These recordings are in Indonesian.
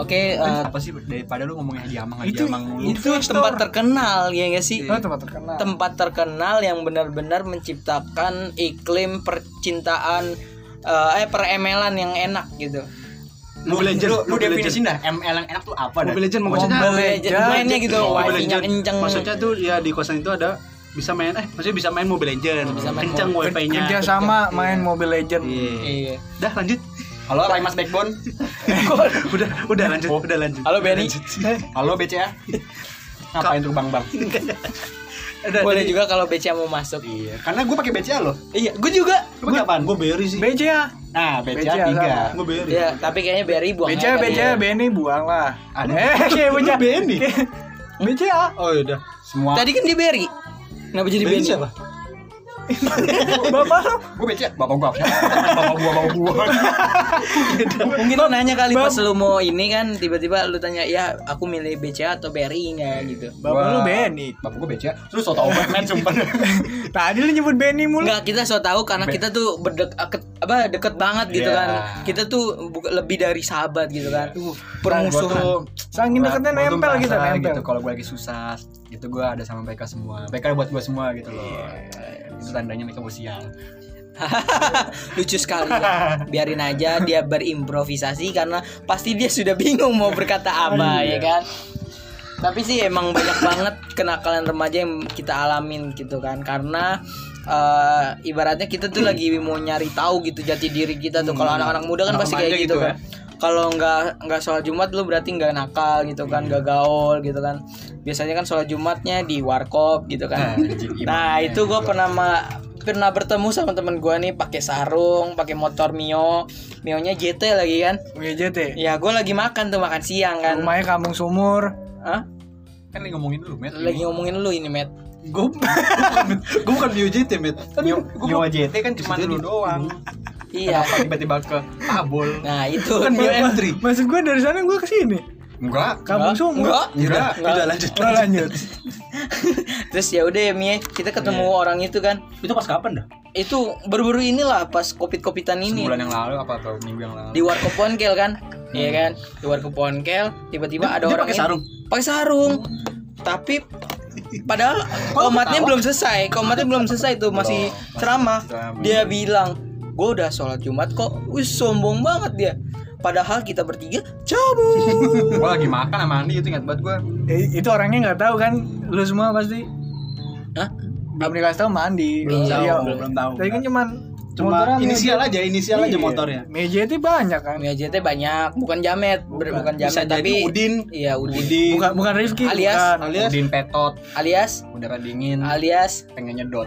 Oke, Apa sih daripada lu ngomongin Hadiamang mulu. itu tempat terkenal ya nggak sih? Tempat terkenal. Tempat terkenal yang benar-benar menciptakan iklim percintaan peremelan yang enak gitu. Mobile Legends lu definisiin dah ML yang enak tuh apa dah? Mobile Legends maksudnya Mainnya gitu, wifi-nya kenceng. Maksudnya tuh ya di kosan itu ada bisa main maksudnya bisa main Mobile Legends. Bisa main kenceng wifi-nya. Kerja sama main Mobile Legends. Iya. Dah lanjut. Halo Raymas Backbone. udah lanjut. Halo Benny. Halo BCA. Ngapain tuh Bang? Boleh juga kalau BCA mau masuk. Iya, karena gue pakai BCA loh. Iya, gue juga. Lu pakai apaan? Gue BRI sih. BCA. Nah, BCA 3. Gue BRI. Ya, tapi kayaknya BRI buang. BCA Benny buang lah. Ada. Kayak BCA Benny. BCA. Oh iya udah. Semua. Tadi kan dia BRI. Kenapa jadi Benny? siapa? Bapak lu. Gue BCA, bapak gua. Mungkin lu nanya kali pas lu mau ini kan tiba-tiba lu tanya, "Ya, aku milih BCA atau BRI enggak?" gitu. Bapak lu Benny. Bapak gue BCA. Terus so tau Batman sumpah. Tadi lu nyebut Benny mulu. Enggak, kita so tahu karena kita tuh deket banget gitu Iya. kan. Kita tuh lebih dari sahabat gitu kan. Permusuhan. Saking deketnya nempel gitu, nempel. Gitu, kalau gue lagi susah, itu gue ada sama mereka semua. Mereka buat gue semua gitu loh. Itu tandanya mereka mau sial. Lucu sekali ya. Biarin aja dia berimprovisasi karena pasti dia sudah bingung mau berkata apa ya kan. Tapi sih emang banyak banget kenakalan remaja yang kita alamin gitu kan. Karena ibaratnya kita tuh lagi mau nyari tahu gitu jati diri kita tuh. Kalau anak-anak muda kan pasti kayak gitu kan. Kalau nggak sholat Jumat lu berarti nggak nakal gitu kan, nggak gaul gitu kan. Biasanya kan sholat Jumatnya di warkop gitu kan. Nah itu gue pernah bertemu sama temen gue nih pakai sarung, pakai motor Mio-nya JT lagi kan. JT. Ya gue lagi makan tuh, makan siang kan. Rumahnya kampung sumur. Hah? Kan lagi ngomongin lu, Met. Lagi ngomongin lu ini, Met. Gue bukan BUJT, Bet. Nyawa JT kan cuma lu doang. Iya. Kenapa tiba-tiba ke Tabol? Nah itu Kan Mio M3. Maksud gue dari sana gue kesini. Enggak. Kampung sumur. Enggak. Udah lanjut. Lanjut. Terus ya udah ya Mie, kita ketemu orang itu kan. Itu pas kapan dah? Itu baru-baru inilah pas covid-covidan ini. Sebulan yang lalu apa atau minggu yang lalu? Di warkop Ponkel kan. Iya kan? Di warkop Ponkel tiba-tiba ada Dia orang pakai sarung. Pakai sarung. Tapi padahal komatnya belum selesai. Komatnya belum selesai tuh, masih ceramah. Dia bilang, "Gue udah sholat Jumat kok." Wih, sombong banget dia. Padahal kita bertiga cabut. Gue lagi makan sama Andi, itu ingat banget gue. Itu orangnya nggak tahu kan, lu semua pasti. Hah? Belum dikasih tahu sama Andi. Belum tahu. Tadi kan Cuma motoran inisial aja motornya. Meja itu banyak kan. Mia JT banyak, bukan Jamet, bukan Bisa Jamet jadi tapi Udin. Iya, Udin. Bukan Rifki. Alias- bukan. Udin Petot, Alias udara dingin, pengen nyedot.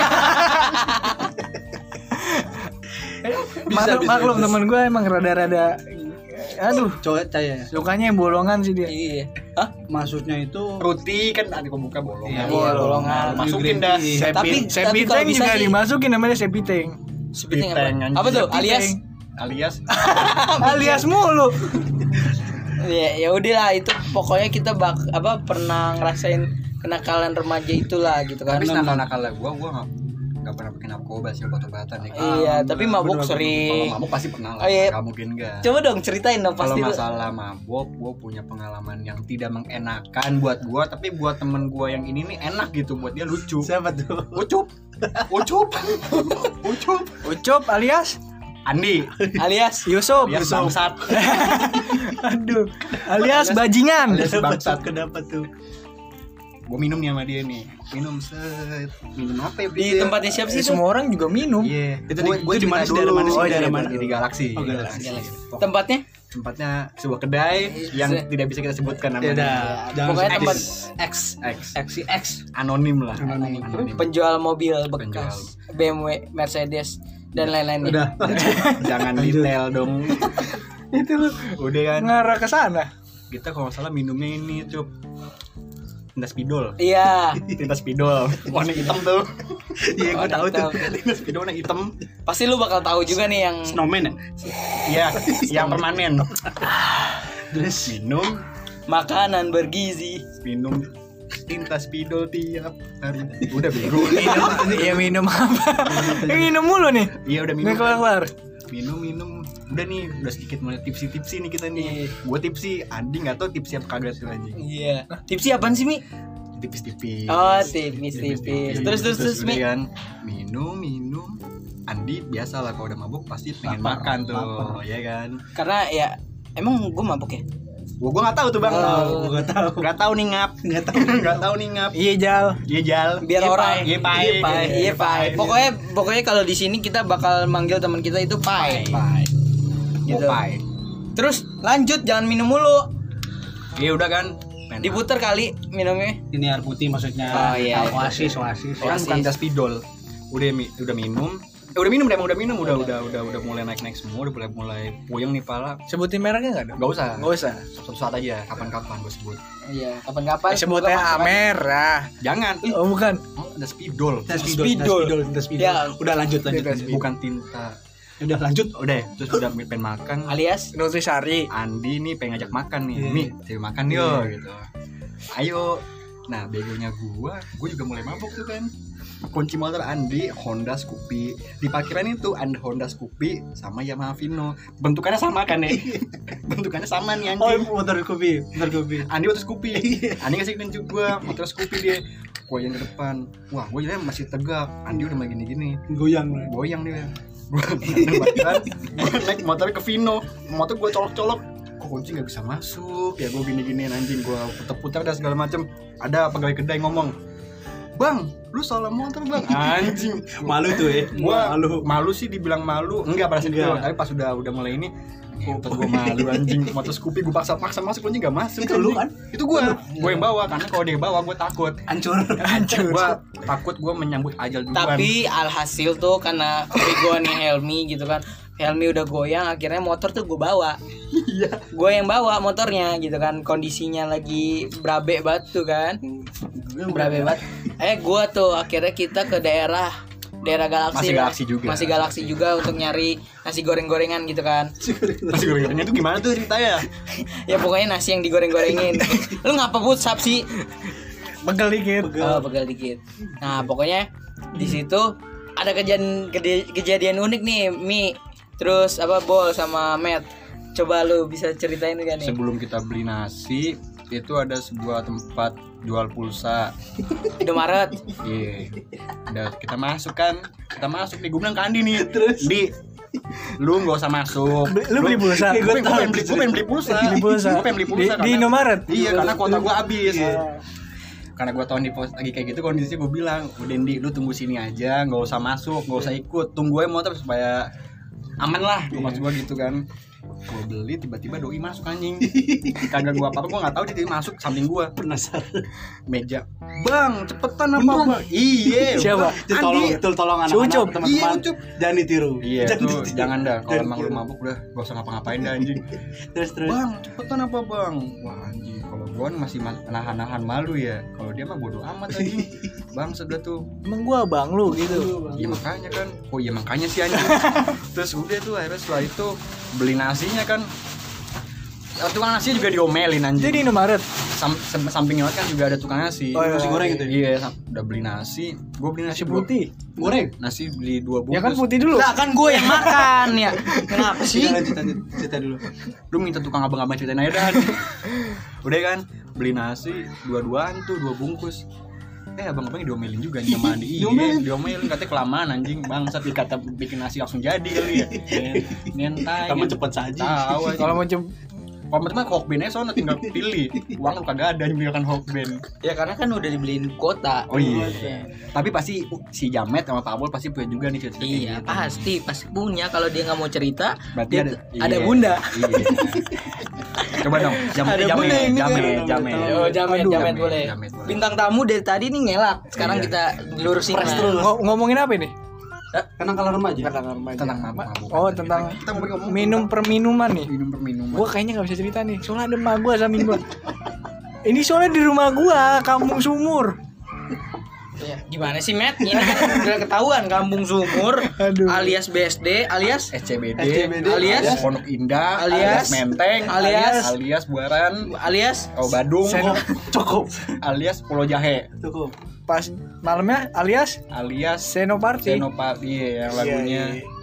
Maklum temen gue emang rada-rada. Aduh, Cowok saya. sukanya yang bolongan sih dia. Iya. Hah? Maksudnya itu Ruti kan tadi kok buka bolong. Iya, bolongan. Masukin dah. Tapi Sepi kalau tank bisa juga sih- dimasukin namanya sepi tank. Sepiting Sepiteng, apa? anjing. Apa tuh? Alias Alias mulu. Ya udah lah, itu pokoknya kita pernah ngerasain kenakalan remaja itulah gitu kan. Tapi nakal-nakal lah gue nggak pernah pakai narkoba sih, obat-obatan ya. Iya, tapi mabuk Kalau sering. mabuk pasti pernah Oh, lah, iya. nggak mungkin enggak. Coba dong ceritain dong Kalau pasti. masalah mabuk, gue punya pengalaman yang tidak mengenakan buat gue, tapi buat temen gue yang ini nih enak gitu, buat dia lucu. siapa tuh? Ucup. Ucup alias Andi. Alias Yusuf. Alias bangsat. Aduh, alias bajingan. Alias bangsat. Kenapa tuh? Gue minum nih sama dia nih. Minum set. Minum apa ya? di tempatnya siapa sih itu? Semua orang juga minum. Iya. Itu di mana sih? Daerah mana sih? Oh, Daerah iya, mana? di Galaksi. Oh, Galaksi. Tempatnya? Tempatnya sebuah kedai yang tidak bisa kita sebutkan namanya. Pokoknya tempat X anonim lah. Anonim. penjual mobil bekas, BMW, Mercedes dan lain-lainnya. Udah. Jangan detail dong. Itu lu Udah kan. ngarah ke sana. Kita kalau nggak salah minumnya ini cup. Tinta spidol. Iya. Tinta spidol. Warna hitam tuh. Iya, gue Warna tahu tuh. hitam. Tinta spidol warna hitam. Pasti lu bakal tahu juga nih yang Snowman ya? Iya, yang permanen. Terus minum makanan bergizi. tinta spidol tiap hari. Udah bego. Iya minum apa? Minum mulu nih. Iya udah minum. Nggak kelar-kelar. minum. Udah nih, udah sedikit mulai tipsi nih kita nih. Gue tipsi, Andi nggak tahu tipsi apa kagak tuh anjing. Iya. Tipsi apaan sih, Mi? Tipis-tipis. Oh, tipis. Terus Mi. Kan minum. Andi biasa lah kalau udah mabuk pasti pengen makan tuh, ya kan? Karena ya emang gue mabuk ya. Gue nggak tahu tuh bang. Nggak tahu nih ngap. Iya Jal. Biar orang. Iya pai. Pokoknya kalau di sini kita bakal manggil teman kita itu Pai. Gitu. Pai. Terus lanjut, jangan minum mulu. Iya udah kan. Diputer kali minumnya. Ini air putih maksudnya. Oh, iya. Oasis. Kan bukan tes spidol. Udah minum. Udah minum, udah mulai naik semua, udah mulai puyeng nih pala. Sebutin mereknya enggak dong? Gak usah. Suatu Suatu saat aja, kapan-kapan gue sebut. Iya, kapan-kapan. sebutnya Amer. Jangan. Oh bukan. Ada spidol. Spidol. Ya. Udah lanjut. Bukan tinta. Udah lanjut. Udah, terus udah pengen makan. Alias Nutrisari. Andi nih pengen ngajak makan nih. Mi, cari makan yuk gitu. Ayo. Nah, begonya gua juga mulai mabuk tuh kan. Kunci motor Andi Honda Scoopy. Di parkiran itu ada Honda Scoopy sama Yamaha Vino. Bentukannya sama kan nih? Bentukannya sama nih anjing. motor kopi. Andi motor Scoopy. Andi ngasih tunjuk gua motor Scoopy dia. Gua yang di depan. Wah, gua jadi masih tegak. Andi udah mulai gini-gini. Goyang dia. Gua naik motor ke Vino. Motor gua colok-colok. Kok kunci nggak bisa masuk? Ya gua gini-gini anjing. Gua putar-putar dan segala macem. Ada pegawai kedai ngomong, "Bang, lu salah motor bang." Anjing. Malu tuh ya. Gua malu sih dibilang malu. Enggak pada saat itu. Tapi pas udah mulai ini, motor gua malu anjing. Motor Scoopy gua paksa masuk kunci enggak masuk. Itu lu kan? Itu gua yang bawa karena kalau dia bawa gua takut. Hancur. Gua takut gua menyambut ajal duluan. Tapi alhasil tuh karena kebegoannya Helmi gitu kan. Helmi udah goyang, akhirnya motor tuh gue bawa. Iya. Gue yang bawa motornya gitu kan. Kondisinya lagi berabe banget tuh kan. Berabe banget. Gue tuh akhirnya kita ke daerah Galaksi. Masih Galaksi juga untuk nyari nasi goreng-gorengan gitu kan. Nasi gorengnya itu gimana tuh ceritanya? Ya pokoknya nasi yang digoreng-gorengin. Lu ngapa WhatsApp sih? Pegel dikit. Pegel dikit. Nah, pokoknya di situ ada kejadian unik nih, Mi. Terus Bol sama Matt. Coba lu bisa ceritain kan nih. Sebelum kita beli nasi, itu ada sebuah tempat jual pulsa. Indomaret. Iya. Udah kita masuk nih, gue bilang ke Andi nih. Terus Di, lu nggak usah masuk. Lu beli pulsa? Gue pengen beli pulsa. Di Indomaret. Iya, karena kuota gue habis. Karena gue tau nih lagi kayak gitu kondisinya, gue bilang, udah Di, lu tunggu sini aja, nggak usah masuk, nggak usah ikut, tunggu aja motor supaya aman lah. Maksud gue gitu kan. Gue beli, tiba-tiba doi masuk anjing. Kagak gue apa-apa, gue nggak tahu dia masuk samping gue. Penasaran. Meja, "Bang, cepetan apa bang?" Iya. Siapa? Tolong anak-anak teman-teman. Iya, Ucup. Jangan ditiru. Iya, tuh jangan dah. Kalau emang lu mabuk udah gak usah ngapa-ngapain dah anjing. Terus. "Bang, cepetan apa bang?" Wah anjing, kalau gua masih nahan malu ya. Kalau dia mah bodo amat anjing. Bang sebelah tuh. Emang gua abang lu gitu. Iya makanya kan. Oh iya makanya sih anjing. Terus udah tuh akhirnya setelah itu beli nasinya kan. Tukang nasi juga diomelin anjing. Jadi di Indomaret. Sampingnya kan juga ada tukang nasi. Oh, iya. Nasi goreng gitu. Iya, udah beli nasi. Gua beli nasi Putih. Goreng. Nasi beli 2 bungkus. Ya kan putih dulu. Lah kan gue yang makan ya. Kenapa sih? Cerita dulu. Lu minta tukang abang-abang ceritain aja dah. Udah kan beli nasi 2-2an tuh 2 bungkus. Abang-abangnya diomelin juga nih sama Andi. Iya, diomelin katanya kelamaan anjing. Bangsat dikata bikin nasi langsung jadi kali ya. Nyentai. Kamu cepet saja. Tahu. Kalau mau Kalau mah Hokben aja soalnya tinggal pilih. Uang lu kagak ada yang belikan Hokben. Ya karena kan udah dibeliin kuota. Oh iya. Tapi pasti si Jamet sama Pak Bol pasti punya juga nih cerita. Iya, pasti punya. Kalau dia nggak mau cerita, berarti ada bunda. Iya. Coba dong, Jamet. Oh, Jamet boleh. Jamet boleh. Bintang tamu dari tadi nih ngelak. Sekarang kita lurusin. ngomongin apa ini? Kenakalan remaja. Tentang mabuk. Oh, tentang kita ngomong minum perminuman nih. minum perminuman. Gua kayaknya nggak bisa cerita nih. Soalnya ada emak gua samping gua. Ini soalnya di rumah gua, Kampung Sumur. Ya, gimana sih, Matt? Ini kan udah ketahuan Kampung Sumur. Aduh. alias BSD, alias SCBD, alias Pondok Indah, alias Menteng, alias Buaran, alias Badung, Cukup. alias Pulau Jahe, Pas malamnya alias alias Senopati. Senopati yang lagunya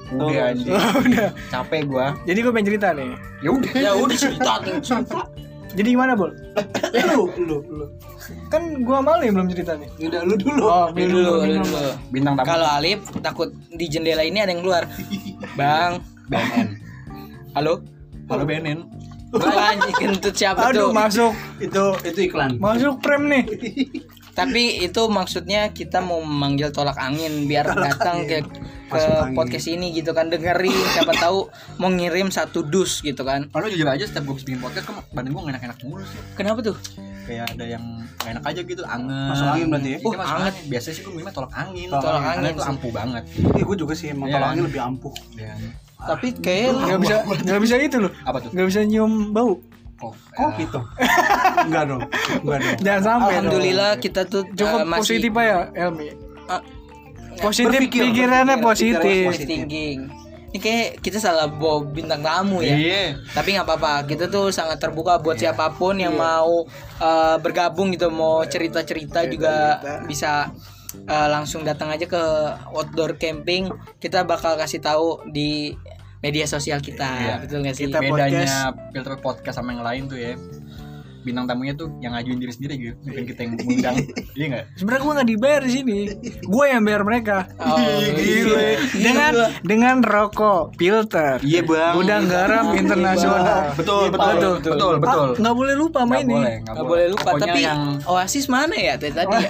Udah anjing. Udah. Capek gua. Jadi gue pengen cerita nih. Ya udah. cerita. Jadi gimana, Bol? Lu. Kan gua malu yang belum cerita nih. Udah lu dulu. Oh, Dulu. Bintang tamu. Kalau Alif takut di jendela ini ada yang keluar. Bang. BNN. Halo. Halo BNN. Anjing kentut siapa Aduh, tuh? masuk. Itu iklan. Masuk frame nih. Tapi itu maksudnya kita mau memanggil tolak angin biar datang ke podcast ini gitu kan, dengerin, siapa tahu mau ngirim 1 dus gitu kan. Kalau jujur aja setiap gue bikin podcast kan badan gue gak enak mulu sih. Kenapa tuh? Kayak ada yang gak enak aja gitu, anget. Masuk angin berarti ya? Iya, masuk anget. angin. Biasanya sih gue minumnya tolak angin. Tolak angin Karena itu sih. ampuh banget. Iya, gue juga sih emang Iya. tolak angin lebih ampuh. Ya. Tapi kayak Nggak bisa itu loh. Apa tuh? Nggak bisa nyium bau. Kok gitu? Enggak dong. Jangan sampai. alhamdulillah kita tuh Cukup masih positif ya, Elmi. Ah, Positif, pikirannya positif. positive thinking. Ini kayak kita salah bawa bintang tamu ya. Iya. Tapi nggak apa-apa, kita tuh sangat terbuka buat siapapun yang mau bergabung gitu, mau cerita-cerita juga bisa langsung datang aja ke outdoor camping. Kita bakal kasih tahu di media sosial kita, Iya. betul nggak sih? Kita Bedanya filter podcast sama yang lain tuh ya, bintang tamunya tuh yang ngajuin diri sendiri gitu, bukan kita yang ngundang. Iya nggak? Sebenarnya gue nggak dibayar di sini. Gue yang bayar mereka. Oh, Gile. Dengan rokok filter. Iya bang. Gudang garam internasional. Betul. Nggak boleh lupa sama ini. Nggak boleh lupa. Pokoknya Tapi yang Oasis mana ya tadi ya?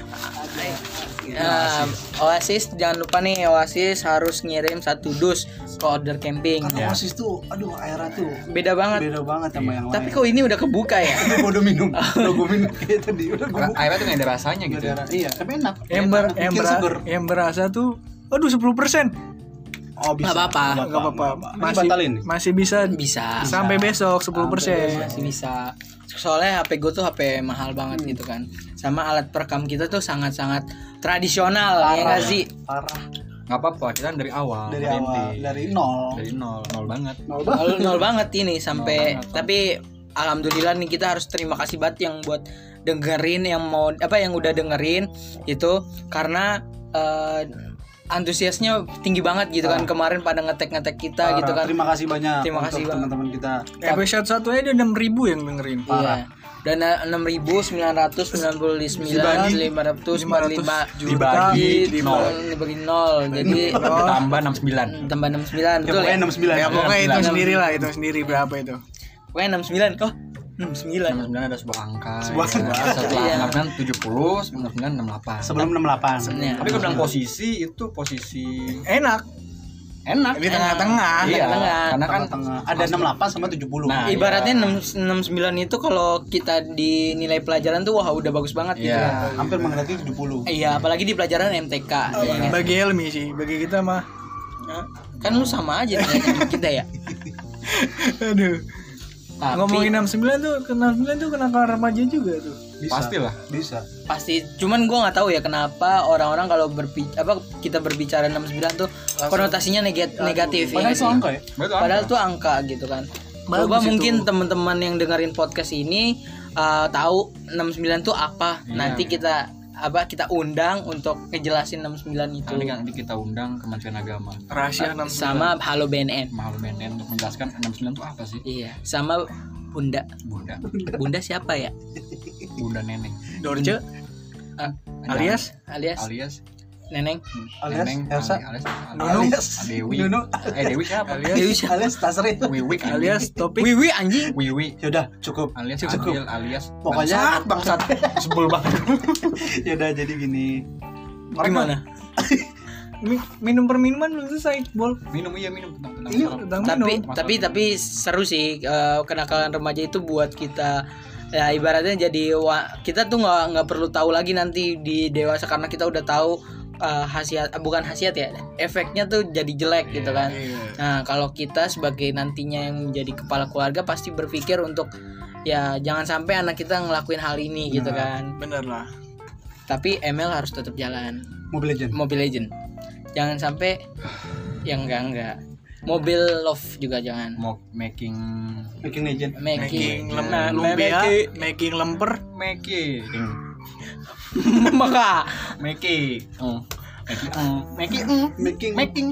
Oasis jangan lupa nih, Oasis harus ngirim 1 dus ke order camping. Karena Oasis tuh, aduh airnya tuh Beda banget. beda banget sama yang Tapi lain. kok ini udah kebuka ya? Itu gua udah minum. Gue minum kayak tadi. Udah gue airnya tuh nggak ada rasanya gitu. Iya, tapi enak. Yang seger. yang berasa tuh, aduh 10%. Oh, bisa. Nggak apa-apa. Nggak apa-apa. Masih batalin. Masih bisa Bisa. sampai besok 10%. Masih bisa. Soalnya HP gue tuh HP mahal banget gitu kan. Sama alat perekam kita tuh sangat-sangat tradisional ya nggak sih? Parah. Nggak apa-apa, kita kan dari awal. Dari awal, dari nol. Dari nol banget. Nol banget ini sampai Nol banget. tapi alhamdulillah nih kita harus terima kasih banget yang buat dengerin, yang mau yang udah dengerin itu karena antusiasnya tinggi banget gitu kan. Kemarin pada ngetek kita gitu kan. Terima kasih banyak Terima kasih untuk banget. teman-teman kita. Episode 1 aja ada 6.000 yang dengerin. Iya. Dan 6.999.545 dibagi nol. dibagi 0. Jadi Tambah 69. tambah 69 betul Pokoknya ya? 69. Ya pokoknya itu 69. sendiri lah, itu sendiri berapa itu. Pokoknya 69. Oh, 69. 69 ada sebuah angka. Sebuah ya. angka. Setelah Iya. 69 70, 69 68. Sebelum 68. Iya. Tapi kalau bilang posisi itu posisi Enak. enak Di tengah-tengah. Iya, Tengah-tengah. karena kan Tengah. Ada 68 sama 70. Nah, Ibaratnya 69 itu kalau kita di nilai pelajaran tuh wah udah bagus banget gitu. Iya. hampir mendekati 70. Iya, apalagi di pelajaran MTK. ya kan? Bagi Elmi sih, bagi kita mah. Kan lu sama aja dengan kita ya. Aduh. Tapi Ngomongin 69 tuh kenakalan remaja juga tuh. Bisa. pastilah. Bisa. pasti cuman gua nggak tahu ya kenapa orang-orang kalau kita berbicara 69 tuh konotasinya negatif ya Padahal nggak itu sih? angka ya. Betul. Padahal tuh angka gitu kan. Coba Bagus mungkin itu. teman-teman yang dengerin podcast ini tahu 69 tuh apa. Iya. Nanti kita undang untuk ngejelasin 69 itu. Nanti kita undang Kementerian Agama. Rahasia 69. Sama Halo BNN. Mahal BNN untuk menjelaskan 69 itu apa sih? Iya, sama Bunda. Bunda. Bunda siapa ya? Bunda Neneng. Dorce alias alias Neneng. Alias Neneng, Elsa. alias Nunung. Dewi. Nunung. Dewi siapa? Dewi siapa? Alias Tasri. Wiwik alias Topik. Wiwi anjing. Wiwi Yaudah, cukup. alias Cukup. Adil alias Pokoknya bangsat. Sebel banget. Yaudah, jadi gini. Gimana? Minum perminuman belum selesai, Bol. Minum minum tenang. Ini Tentang Tapi minum. tapi seru sih kenakalan remaja itu buat kita ya ibaratnya jadi kita tuh nggak perlu tahu lagi nanti di dewasa karena kita udah tahu bukan khasiat ya, efeknya tuh jadi jelek gitu kan. Nah kalau kita sebagai nantinya yang menjadi kepala keluarga pasti berpikir untuk ya jangan sampai anak kita ngelakuin hal ini gitu kan. Bener lah. Tapi ML harus tetap jalan. Mobile Legend. Jangan sampai yang enggak. Mobil love juga jangan. Mau making Legend. Making Nah, lumpia, making lemper. making maka making Making.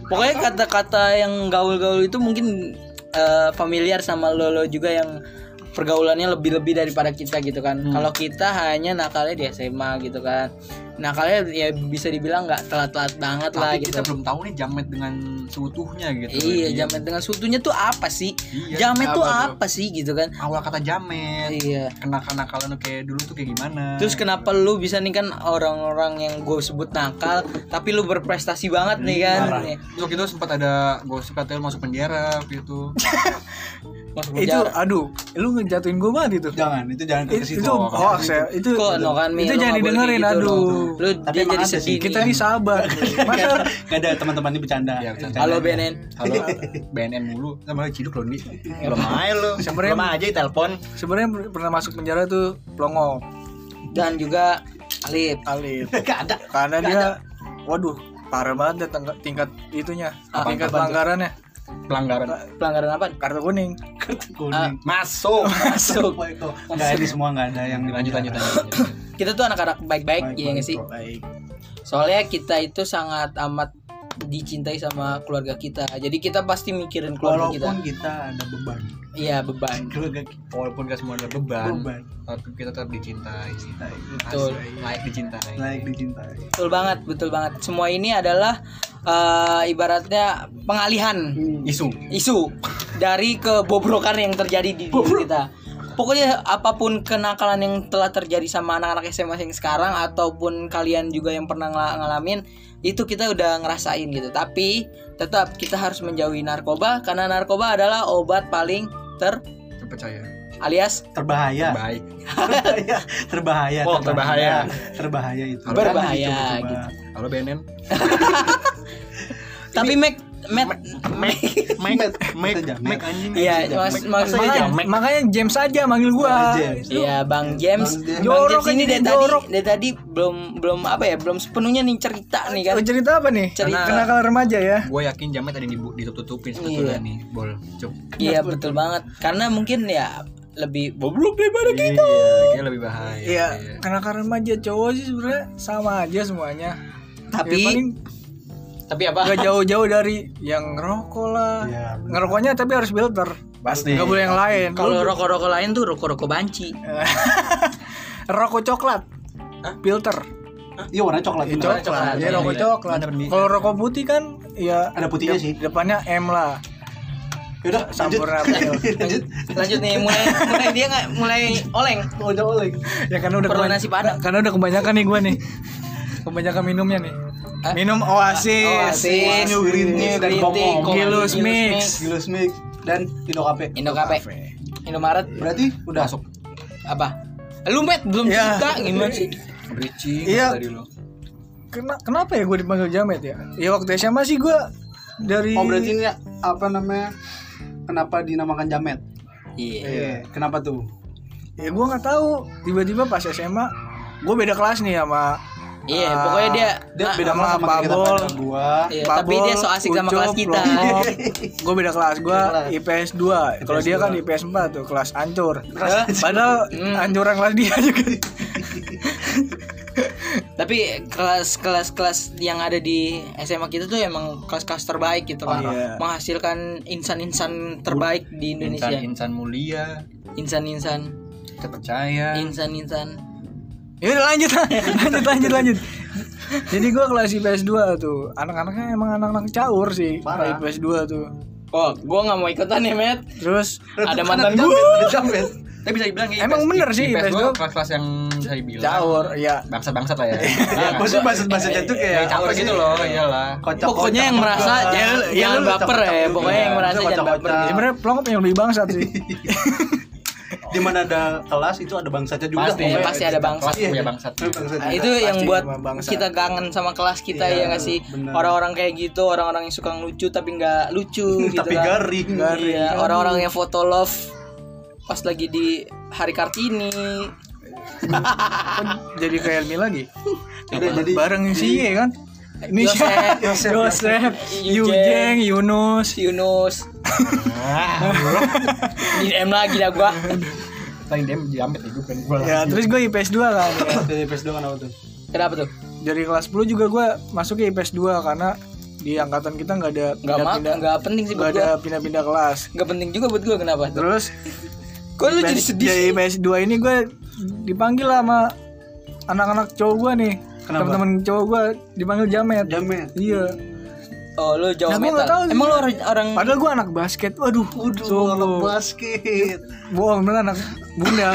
Pokoknya kata-kata yang gaul-gaul itu mungkin familiar sama lo juga yang pergaulannya lebih-lebih daripada kita gitu kan. Kalau kita hanya nakalnya di SMA gitu kan. Nakalnya ya bisa dibilang nggak telat-telat banget Tapi lah kita gitu. belum tahu nih jamet dengan seutuhnya gitu. Iya, jamet dengan sutunya tuh apa sih? Iya, Jamet tuh apa apa sih gitu kan? Awal kata jamet. Iya. Kenakalan kayak dulu tuh kayak gimana? Terus kenapa lu bisa nih kan orang-orang yang gue sebut nakal tapi lu berprestasi banget nih kan? Terus waktu itu sempat ada gosip katanya masuk penjara gitu. Masuk Itu penjara. aduh, lu ngejatuhin gue banget itu. Jangan, itu jangan ke situ. Itu hoax ya. Itu Kok no kan Mi? itu Lu jangan nggak boleh didengerin, kayak gitu aduh. dong. Lu Tapi dia emang jadi ada sih, sedih. Kita nih. nih sahabat. Masa Gak ada teman-teman ini bercanda. Iya, bercanda. Halo BNN. Halo BNN mulu. Sama ciduk lo nih. Belum aja lo. Sebenarnya- Belum aja telepon. sebenarnya pernah masuk penjara tuh Plongo, Dan juga Alif. Alif. Gak ada. Karena dia waduh, parah banget deh tingkat itunya. Tingkat pelanggarannya. Pelanggaran. Pelanggaran apa? Kartu kuning. Kuning. Masuk. Masuk. Enggak, ini semua enggak ada yang Lanjut. Kita tuh anak-anak baik-baik ya nggak sih? Baik. Soalnya kita itu sangat amat dicintai sama keluarga kita. Jadi kita pasti mikirin keluarga kita. Walaupun kita ada beban. Iya, beban. Keluarga kita Walaupun gak semua ada beban, beban. tapi kita tetap dicintai. Betul. Layak dicintai. Layak dicintai. Betul banget. Semua ini adalah ibaratnya pengalihan isu dari kebobrokan yang terjadi di diri kita. Pokoknya apapun kenakalan yang telah terjadi sama anak-anak SMA yang sekarang ataupun kalian juga yang pernah ngalamin, itu kita udah ngerasain gitu. Tapi tetap kita harus menjauhi narkoba karena narkoba adalah obat paling Terpercaya. alias Terbahaya. Baik. Terbahaya. Oh, terbahaya. Terbahaya itu. berbahaya Coba-coba. gitu. Halo BNN. Tapi Mac anjing. iya maksudnya Makanya James aja manggil gua. iya Bang James. Jorok Ini aja, dari jorok. tadi belum apa ya, belum sepenuhnya nih cerita nih kan. Oh, cerita apa nih? Cerita. Kenakalan remaja ya. Gue yakin jamet ada yang ditutup-tutupin sebetulnya Iya. nih. Bol. Cuk. Iya betul banget. Karena mungkin ya lebih bobrok daripada kita. Iya, kayaknya lebih bahaya. Iya, kenakalan remaja cowok sih sebenarnya sama aja semuanya. Tapi Ya, paling tapi apa? gak jauh-jauh dari yang ngerokok lah. Iya, bener. Ngerokoknya tapi harus filter. Pasti. Gak boleh yang lain. Kalau rokok-rokok lain tuh rokok-rokok banci. Rokok coklat. Filter. Iya, warna coklat. Ya, bener. coklat. Iya, Ya, rokok iya. coklat. Bener. Kalau rokok putih kan ya Ada putihnya sih. depannya M lah. Yaudah, Sampurna. Lanjut nih mulai dia nggak mulai oleng. Udah oleh. Ya karena udah Perlu nasi padang. Karena udah kebanyakan nih gua nih. Kebanyakan minumnya nih. Hah? Minum Oasis. New Green Tea dari Bongkong. Gilus Mix. Gilus Mix dan Indo Cafe. Indo Cafe. Indomaret Berarti udah Masuk. apa? Lu Met belum Ya. cerita gimana sih? Bridging Iya. tadi lo. Kenapa ya gue dipanggil Jamet ya? Ya waktu SMA sih gue dari Oh, berarti ini apa namanya? Kenapa dinamakan Jamet? Iya. Kenapa tuh? ya gue nggak tahu. Tiba-tiba pas SMA gue beda kelas nih sama Iya, pokoknya dia Beda sama kelas sama kita Pabol. pada gua. iya, tapi dia so asik sama kelas kita. Gue beda kelas, gue Beda kelas. IPS 2. Kalau dia kan IPS 4 tuh, kelas hancur. Padahal hancuran kelas dia juga. Tapi kelas yang ada di SMA kita tuh emang kelas-kelas terbaik gitu kan. Iya. Menghasilkan insan-insan terbaik di Indonesia. Insan mulia, Insan-insan, terpercaya. insan-insan. Ya udah lanjut. Jadi gue kelas IPS 2 tuh. Anak-anaknya emang anak-anak caur sih. Parah. IPS 2 tuh. Oh, gua nggak mau ikutan ya, Met. Terus Ada Kan mantan ada gua. Jamet, ada Jamet. Tapi bisa dibilang ya, Emang bener sih, IPS IPS gua gua kelas-kelas yang saya bilang caur, ya. bangsat-bangsat lah ya. Maksudnya bahasa-bahasanya tuh kayak Caper gitu loh, iyalah. Pokoknya yang merasa jangan baper ya. Pokoknya yang merasa jangan baper. Kocak-kocak. Sebenarnya pelongop yang lebih bangsat sih. Di mana ada kelas itu ada bangsatnya juga. Pasti, Iya, pasti ada bangsat. Kelas punya bangsat. Nah, itu yang Pasti buat sama bangsa. kita kangen sama kelas kita Iya, ya nggak sih. bener. Orang-orang kayak gitu, orang-orang yang suka ngelucu tapi nggak lucu gitu Tapi kan. garing. Iya, orang-orang yang foto love pas lagi di hari Kartini. Jadi kayak Elmi lagi. Udah jadi Bareng si Ye kan. Ini Yosef, Yujeng, Yunus. Yunus. Di DM lagi dah gua. Paling dia jamet hidup kan gua. Ya, terus gue IPS 2 kan. Ya. dari IPS doang kenapa tuh? Kenapa tuh? Dari kelas 10 juga gue masuk ke IPS 2 karena di angkatan kita nggak ada nggak penting sih buat nggak ada gua. pindah-pindah kelas. Nggak penting juga buat gue, kenapa? Terus Kok lu jadi sedih Jadi sih? PS2 ini gue dipanggil sama anak-anak cowok gue nih. Kenapa? Teman-teman cowok gue dipanggil Jamet. Jamet. Iya. Oh, lu jauh Nah, gua nggak metal. tahu Emang sih. lu orang Padahal gue anak basket. Waduh, Anak basket. bohong bener anak bunda.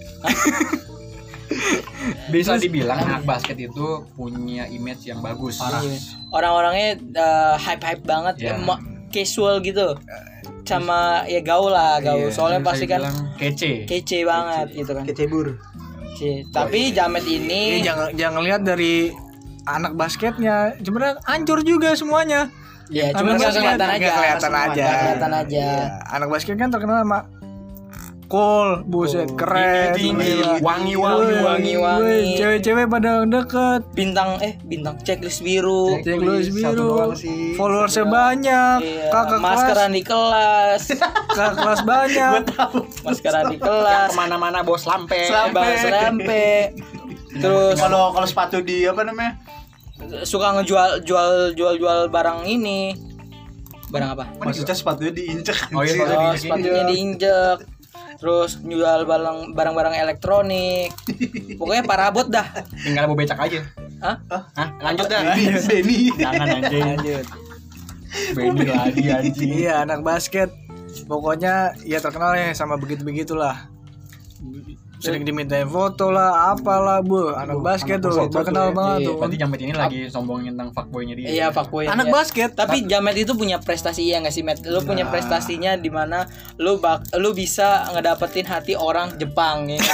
Bisa dibilang anak basket itu punya image yang bagus. Iya. Orang-orangnya hype-hype banget, Ya. casual gitu. Sama ya gaul lah, gaul. Iya, Soalnya bisa pasti kan dibilang kece. kece banget gitu kan. Kecebur. Kece. Tapi Jamet ini Jangan lihat dari anak basketnya, sebenarnya hancur juga semuanya. ya cuma Anak nggak basket kelihatan aja. nggak kelihatan aja. Nggak kelihatan aja. Iya. Anak basket kan terkenal sama cool, buset, keren, Tinggi, gila. wangi-wangi. Woi, cewek-cewek pada deket, Bintang checklist biru. checklist Satu biru, doang sih. followersnya banyak, Iya, kakak kelas, maskeran di kelas. kakak kelas banyak. Maskeran di Yang kelas. kemana-mana bos lampe. Bahas lampe. Terus Kalau sepatu di apa namanya? suka jual barang ini. Barang apa? Maksudnya sepatunya diinjek. Oh iya, sepatu Oh, diinjek. sepatunya diinjek. Terus jual barang-barang elektronik. Pokoknya parabot dah. Tinggal mau becak aja. Hah? Hah? Lanjut dah. Benny. Jangan anjing. Lanjut. Benny lagi anjing. Iya, anak basket. Pokoknya ya terkenal ya sama begitu-begitulah. Sering dimintain foto lah, apalah, bu. Anak basket tuh, terkenal banget tuh. Berarti Jamet ini lagi sombongin tentang fuckboy-nya dia. Iya, fuckboy. Anak Ya. basket. Tapi Jamet itu punya prestasi ya nggak sih, Met? Lu punya prestasinya di mana lu bisa ngedapetin hati orang Jepang ya.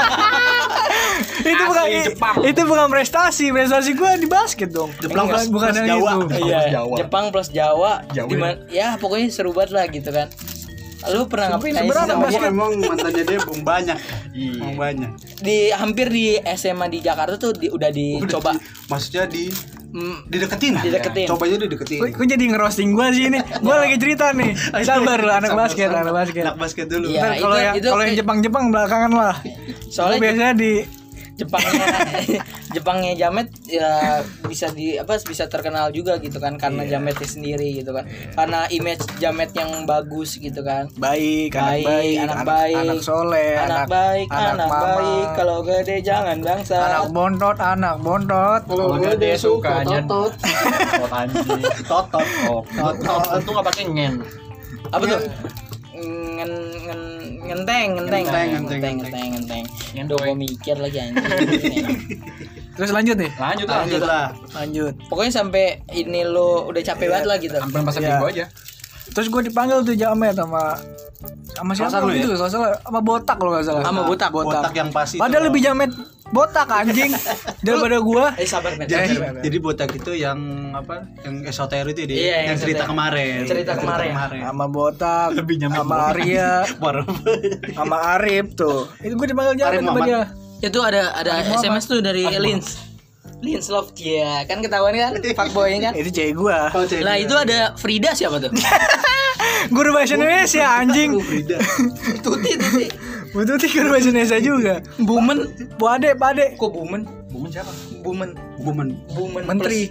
itu bukan Asli Jepang. itu bukan prestasi gue di basket dong. Jepang bukan plus yang Jawa. itu. Iya, Jawa. Jepang plus Jawa. Jawa. Ya pokoknya seru banget lah gitu kan. Lu pernah ngapain sih sebenarnya sama basket- dia? Emang mantannya dia banyak. Iya. Banyak. Hampir di SMA di Jakarta tuh udah dicoba. Maksudnya dideketin. Dideketin. Coba aja dideketin. Kok jadi ngerosting gue sih ini? Gue lagi cerita nih. Sabar lu anak basket, anak basket. Anak basket dulu. Iya. Ntar kalau itu- yang Jepang belakangan lah. Soalnya Gua biasanya di Jepangnya Jamet ya bisa terkenal juga gitu kan karena Jametnya sendiri gitu kan. Karena image Jamet yang bagus gitu kan. baik, Anak baik, anak soleh, anak baik, anak mama, baik. Kalau gede jangan bangsa. anak bontot. Kalau gede suka aja. Tot anjing. Totot. Oh, tot tuh enggak pakai ngen. Apa tuh? Ngenteng. Ngenteng. Udah gua mikir lagi anjing. Terus lanjut nih. Lanjut Lanjutlah. Lanjut. Pokoknya sampai ini lo udah capek banget lah gitu. Sampai pasar Iya. minggu aja. Terus gue dipanggil tuh Jamet sama siapa lu ya? gitu, kalau salah sama botak kalau nggak salah. Sama botak. Botak yang pasti. Padahal lebih Jamet botak anjing daripada gua. Sabar men. Jadi botak itu yang apa? Yang esoter itu dia. Iya, yang cerita esoter. kemarin. Cerita kemarin. Sama botak, Lebih Jamet sama botak. Arya, Parah. sama Arif tuh. Itu gue dipanggil Jamet Arif sama Muhammad. dia. Itu ada SMS tuh dari Lins Love ya kan ketahuan kan fuckboy kan. Itu cewek gua. Lah itu ada Frida siapa tuh? Guru bahasa Indonesia anjing. Frida. Tuti. Betul sih guru bahasa Indonesia juga. Bumen. Pade. Kok Bumen? Bumen siapa? Bumen Bumen. Menteri.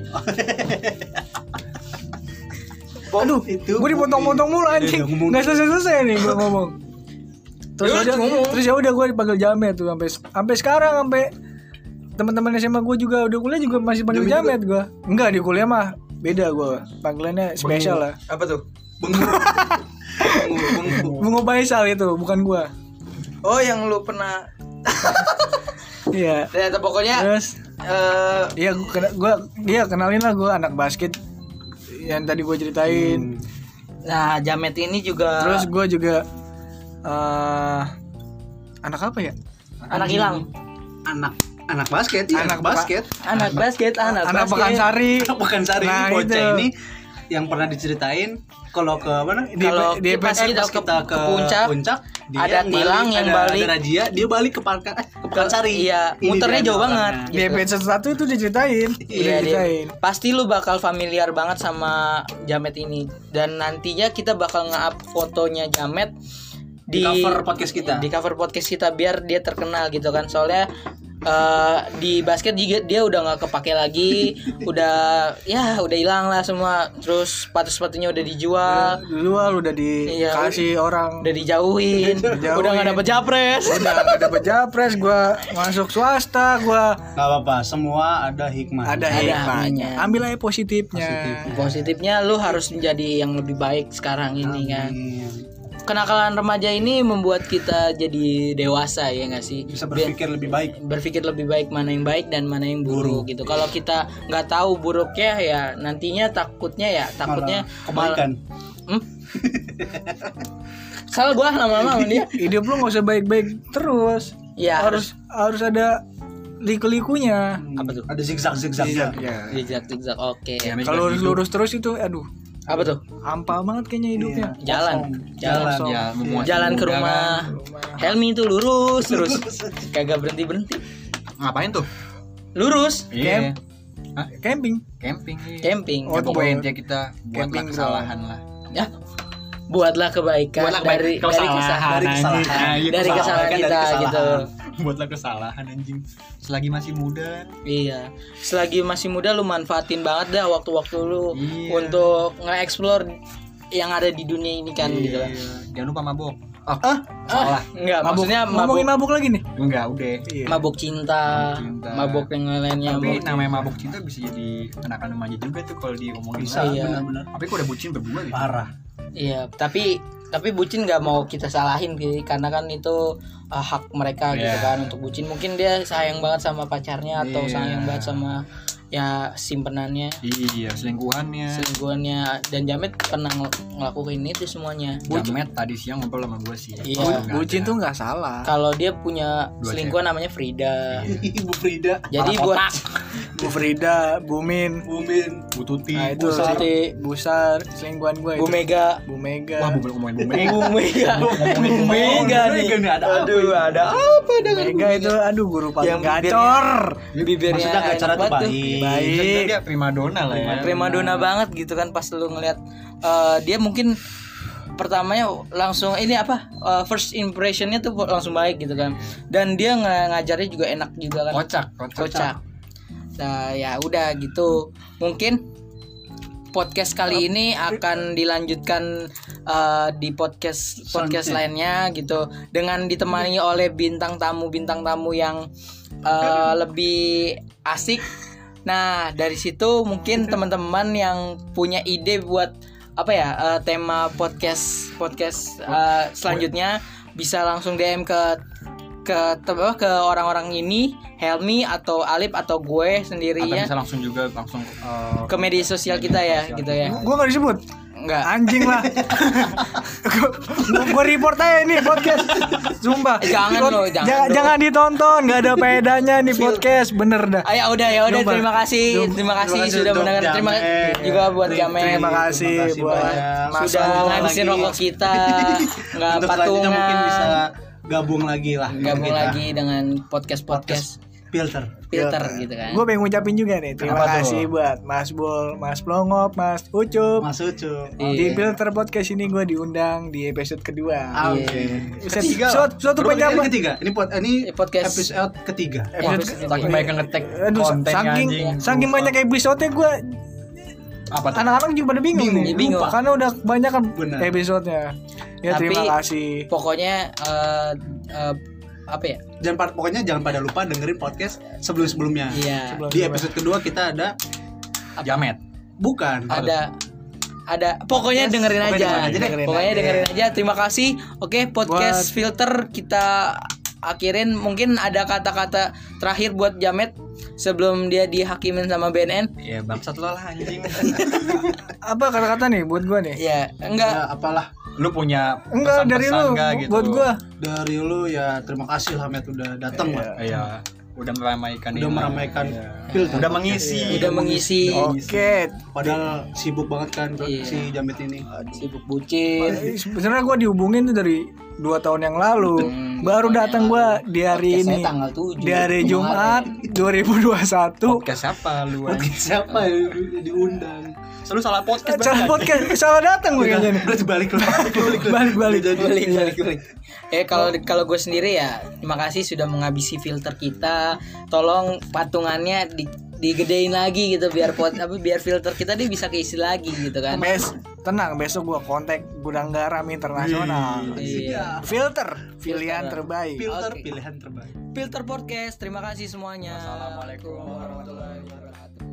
plus- Aduh, itu gue dipotong-potong mulu anjing. Iya, ngomong. Nggak selesai nih gue ngomong. Terus ya udah gue dipanggil Jamet tuh sampai sekarang, sampai teman-teman SMA gue juga udah kuliah juga masih panggil Jamet gue. Enggak, di kuliah mah beda gue. Panggilannya spesial lah. Apa tuh? Bungo Baisal itu, bukan gue. Oh yang lu pernah. Iya. Ternyata pokoknya Terus iya dia kenalin lah gue anak basket yang tadi gue ceritain. nah Jamet ini juga Terus gue juga anak apa ya? anak hilang. Anak basket, iya, Anak Anak basket. Anak Pekansari. Pekansari Nah, ini bocah itu. ini yang pernah diceritain kalau ke mana? Kalau di pas episode kita ke puncak, dia ada tilang yang balik. ada razia, dia balik ke Pekansari. Iya, Ini muternya dia jauh namanya. banget. Di episode 1 itu diceritain. Iya, diceritain. pasti lu bakal familiar banget sama Jamet ini. Dan nantinya kita bakal nge-up fotonya Jamet Di cover podcast kita. Di cover podcast kita biar dia terkenal gitu kan. Soalnya di basket dia udah nggak kepake lagi, udah hilang lah semua. Terus sepatunya udah dijual, udah dikasih orang, udah dijauhin. Udah nggak dapet japres. Gua masuk swasta, gua nggak apa-apa, semua ada hikmahnya. Ambil aja positifnya lu harus menjadi yang lebih baik sekarang ini kan. Kenakalan remaja ini membuat kita jadi dewasa, ya nggak sih? Bisa berpikir lebih baik mana yang baik dan mana yang buruk gitu. Kalau kita nggak tahu buruknya, ya nantinya takutnya kebaikan. Salah gua lama-lama sama dia. Hidup lu nggak usah baik-baik terus. Ya harus ada liku-likunya. Apa tuh? Ada zigzag-zigzagnya. Zigzag. Oke. Kalau lurus terus itu, aduh. Apa tuh? Hampa banget kayaknya hidupnya. Jalan ke rumah Helmi itu lurus terus. Kagak berhenti. Ngapain tuh? Lurus. Iya. Camping. Oh, pokoknya kita buatlah kesalahan lah. Ya. Buatlah kebaikan dari kesalahan kita gitu. Buatlah kesalahan anjing. Selagi masih muda. Iya. Selagi masih muda lu manfaatin banget dah waktu-waktu lu untuk nge-explore yang ada di dunia ini kan gitu lah. Jangan lupa mabok. Salah. Enggak, maksudnya ngomongin mabuk lagi nih. Enggak, udah. Mabuk cinta. Mabuk yang lainnya. Tapi namanya mabuk cinta bisa jadi anak-anak remaja juga tuh kalau diomongin. Bisa, benar-benar. Tapi kok udah bucin berdua gitu. Parah. Iya, tapi bucin nggak mau kita salahin gitu, karena kan itu hak mereka gitu kan untuk bucin. Mungkin dia sayang banget sama pacarnya atau sayang banget sama ya simpenannya. Iya, selingkuhannya. Dan Jamet pernah ngelakuin itu semuanya. Jamet tadi siang ngobrol sama gue sih. Iya. Bucin tuh nggak salah. Kalau dia punya selingkuhan namanya Frida. Ibu Frida. Jadi buat Bu Frida, Bumin, Bu Tuti, nah, itu Busar, selingkuhan gue itu. Bu Mega. Wah, belum ngomongin Bu Mega. Bu Mega nih. Ada apa dengan Mega itu? Aduh, guru paling gacor. Bibirnya maksudnya gacor tuh baik. Dia primadona lah ya. Primadona banget gitu kan, pas lu ngeliat dia mungkin pertamanya langsung first impressionnya tuh langsung baik gitu kan, dan dia ngajarnya juga enak juga kan, kocak. Nah ya udah gitu, mungkin podcast kali ini akan dilanjutkan di podcast lainnya gitu, dengan ditemani oleh bintang tamu yang lebih asik. Nah dari situ mungkin teman-teman yang punya ide buat tema podcast selanjutnya bisa langsung DM ke orang-orang ini, Helmi atau Alip atau gue sendiri ya. Bisa langsung ke media sosial kita ya gitu ya. Gue gak disebut. Enggak. Anjing lah. Gue report aja nih podcast. Sumpah. Jangan ditonton, enggak ada faedahnya nih podcast, bener dah. Ya udah terima kasih sudah mendengar. Terima kasih juga buat Jamet. Terima kasih buat sudah ngabisin rokok kita. Enggak patungan. Mungkin bisa gabung lagi dengan podcast filter gitu kan. Gue pengen ngucapin juga nih, terima kasih buat Mas Bol, Mas Plongop, Mas Ucup. Di Filter Podcast ini gue diundang di episode kedua. Ketiga. Suatu penyapa. Ketiga. Ini podcast episode ketiga. Saking banyak ngetek konten saking banyak episode gue anak-anak juga pada bingung nih. Karena udah banyak kan episodenya. Ya terima kasih. Pokoknya jangan pada lupa dengerin podcast sebelumnya. Iya. Di episode kedua kita ada Jamet. Bukan. Ada pokoknya dengerin aja. Dengerin aja. Terima kasih. Oke, podcast filter kita akhirin. Mungkin ada kata-kata terakhir buat Jamet sebelum dia dihakimin sama BNN. Ya bangsat lo lah anjing. Apa kata-kata nih buat gue nih? Ya, enggak. Ya, apalah. Lu punya enggak dari lu gitu? Buat gua. Dari lu ya terima kasih lah Met udah datang lah. Iya. Udah meramaikan filter. Udah mengisi. Oke. Padahal sibuk banget kan si Jamet ini. Sibuk bucin. Sebenarnya gua dihubungin tuh dari 2 tahun yang lalu. Baru datang gua di hari Podcastnya ini. tanggal 7 Di hari Jumat 2021. Podcast siapa lu? anjing? Siapa yang diundang? Selalu salah podcast Salah podcast, salah datang gue kayaknya nih. Berarti balik lagi. Balik. balik. Kalau gue sendiri ya, terima kasih sudah menghabisi filter kita. Tolong patungannya digedein lagi gitu biar biar filter kita nih bisa keisi lagi gitu kan. Tenang, besok gua kontak Gudang Garam Internasional. Iya. Filter pilihan terbaik. Filter Oke. pilihan terbaik. Filter podcast. Terima kasih semuanya. Assalamualaikum warahmatullahi wabarakatuh.